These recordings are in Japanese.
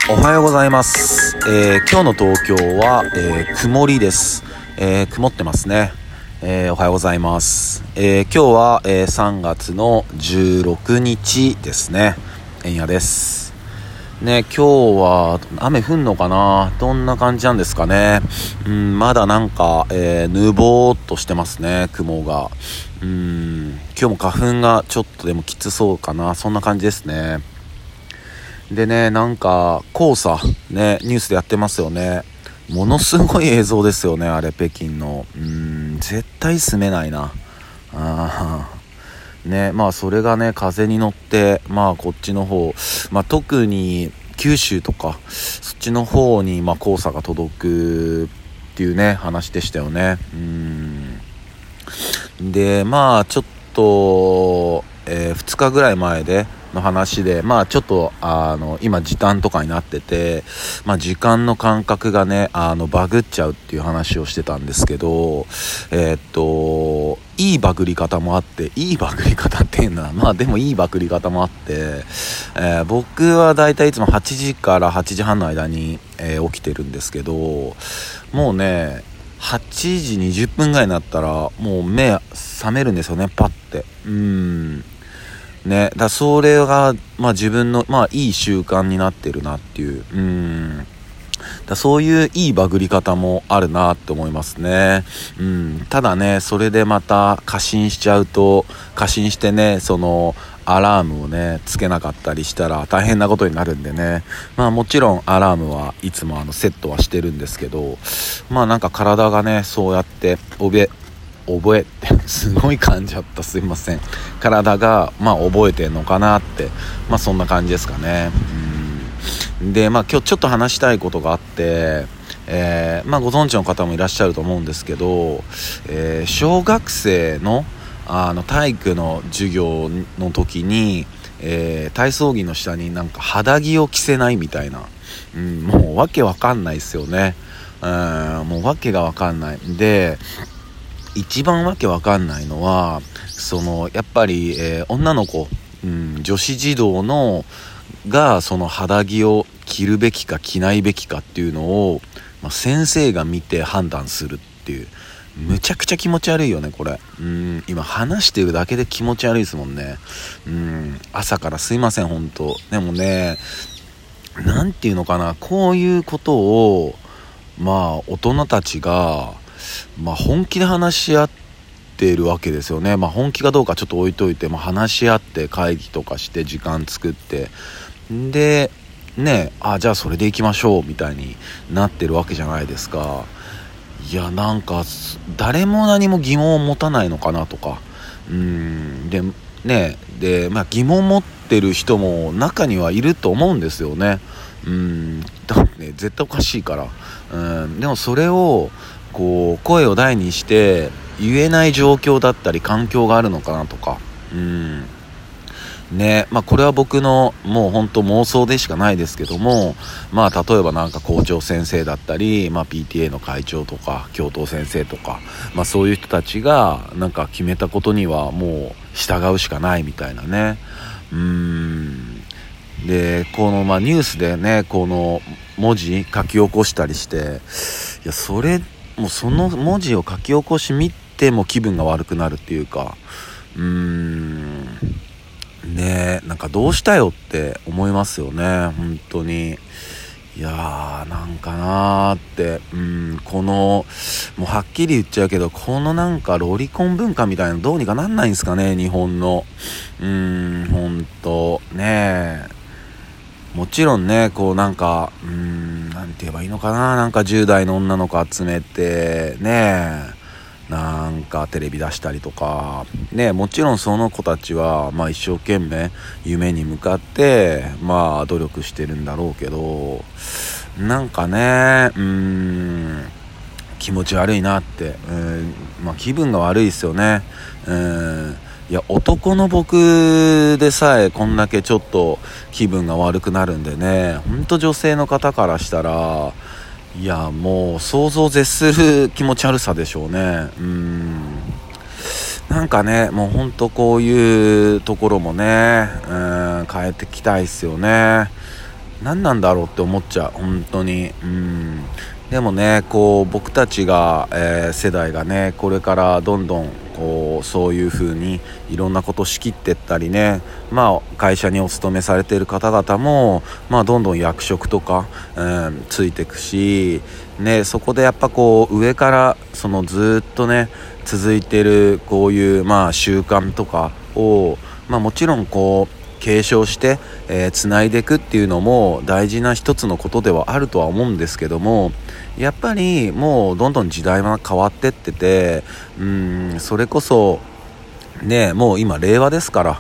おはようございます。今日の東京は、曇りです。曇ってますね。おはようございます。今日は、3月の16日ですね。円谷です。ね、今日は雨降んのかな、どんな感じなんですかね。まだなんか、ぬぼーっとしてますね、雲が。今日も花粉がちょっとでもきつそうかな、そんな感じですね。でね、なんか黄砂ね、ニュースでやってますよね。ものすごい映像ですよね、あれ。北京の絶対住めないなね。まあそれがね、風に乗ってこっちの方、特に九州とかそっちの方に黄砂が届くっていうね、話でしたよね。でちょっと、2日ぐらい前での話で、ちょっと今時短とかになってて、時間の感覚がねバグっちゃうっていう話をしてたんですけど、いいバグり方もあって、いいバグり方っていうのはでもいいバグり方もあって、僕はだいたいいつも8時から8時半の間に、起きてるんですけど、もうね8時20分ぐらいになったらもう目覚めるんですよね、パッて。ね、だそれが自分のいい習慣になってるなっていう。そういういいバグり方もあるなって思いますね。ただね、それでまた過信してね、そのアラームをねつけなかったりしたら大変なことになるんでね。もちろんアラームはいつもセットはしてるんですけど、なんか体がねそうやって覚えてすごい噛んじゃった、すいません。体が覚えてんのかなって、そんな感じですかね。で今日ちょっと話したいことがあって、ご存知の方もいらっしゃると思うんですけど、小学生の体育の授業の時に、体操着の下になんか肌着を着せないみたいな、もうわけわかんないですよね。もうわけがわかんないで、一番わけわかんないのはやっぱり、女の子、女子児童がその肌着を着るべきか着ないべきかっていうのを、先生が見て判断するっていう、むちゃくちゃ気持ち悪いよねこれ。今話してるだけで気持ち悪いですもんね。朝からすいません本当。でもね、なんていうのかな、こういうことを大人たちが本気で話し合っているわけですよね。本気かどうかちょっと置いといて、話し合って会議とかして時間作ってでね、じゃあそれで行きましょうみたいになってるわけじゃないですか。いや、なんか誰も何も疑問を持たないのかなとか。で疑問持ってる人も中にはいると思うんですよね。だってね、絶対おかしいから。でもそれをこう声を大にして言えない状況だったり環境があるのかなとか。ね、これは僕のもう本当妄想でしかないですけども、例えばなんか校長先生だったり、PTA の会長とか教頭先生とか、そういう人たちがなんか決めたことにはもう従うしかないみたいなね。でこのニュースでね、この文字書き起こしたりして、いやその文字を書き起こし見ても気分が悪くなるっていうか、ね、なんかどうしたよって思いますよね本当に。いやーなんかなーって、このもうはっきり言っちゃうけど、このなんかロリコン文化みたいなのどうにかなんないんですかね、日本の。本当ね。もちろんね、こうなんかなんて言えばいいのかな、なんか10代の女の子集めてね、なんかテレビ出したりとかね、もちろんその子たちは一生懸命夢に向かって努力してるんだろうけど、なんかね気持ち悪いなって、気分が悪いですよね。いや、男の僕でさえこんだけちょっと気分が悪くなるんでね、ほんと女性の方からしたら、いやもう想像を絶する気持ち悪さでしょうね。なんかね、もうほんとこういうところもね、変えていきたいっすよね。 何なんだろうって思っちゃう、本当に。でもね、こう僕たちが、世代がね、これからどんどんこうそういう風にいろんなことを仕切ってったりね、会社にお勤めされている方々も、どんどん役職とか、ついていくし、ね、そこでやっぱこう上からそのずっとね続いているこういう習慣とかを、もちろんこう継承して、つないでいくっていうのも大事な一つのことではあるとは思うんですけども、やっぱりもうどんどん時代は変わってってて、それこそね、もう今令和ですから、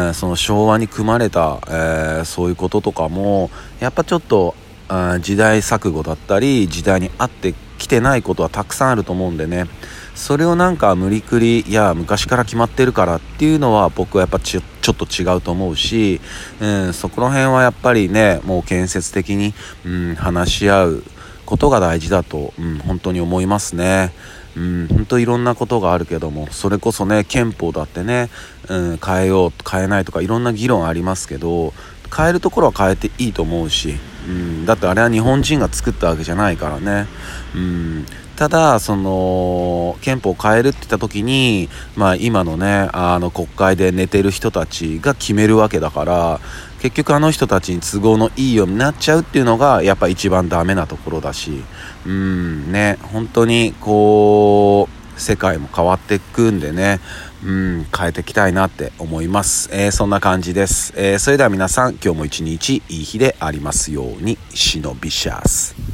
その昭和に組まれた、そういうこととかもやっぱちょっと時代錯誤だったり時代に合ってきてないことはたくさんあると思うんでね、それをなんか無理くり昔から決まってるからっていうのは僕はやっぱちょっと違うと思うし、そこら辺はやっぱりねもう建設的に、話し合うことが大事だと、本当に思いますね。本当いろんなことがあるけども、それこそね憲法だってね、変えよう変えないとかいろんな議論ありますけど、変えるところは変えていいと思うし、だってあれは日本人が作ったわけじゃないからね。ただその憲法を変えるって言った時に、今のね国会で寝てる人たちが決めるわけだから、結局あの人たちに都合のいいようになっちゃうっていうのがやっぱ一番ダメなところだし、ね、本当にこう世界も変わっていくんでね、変えていきたいなって思います。そんな感じです。それでは皆さん今日も一日いい日でありますように。シノビシャス。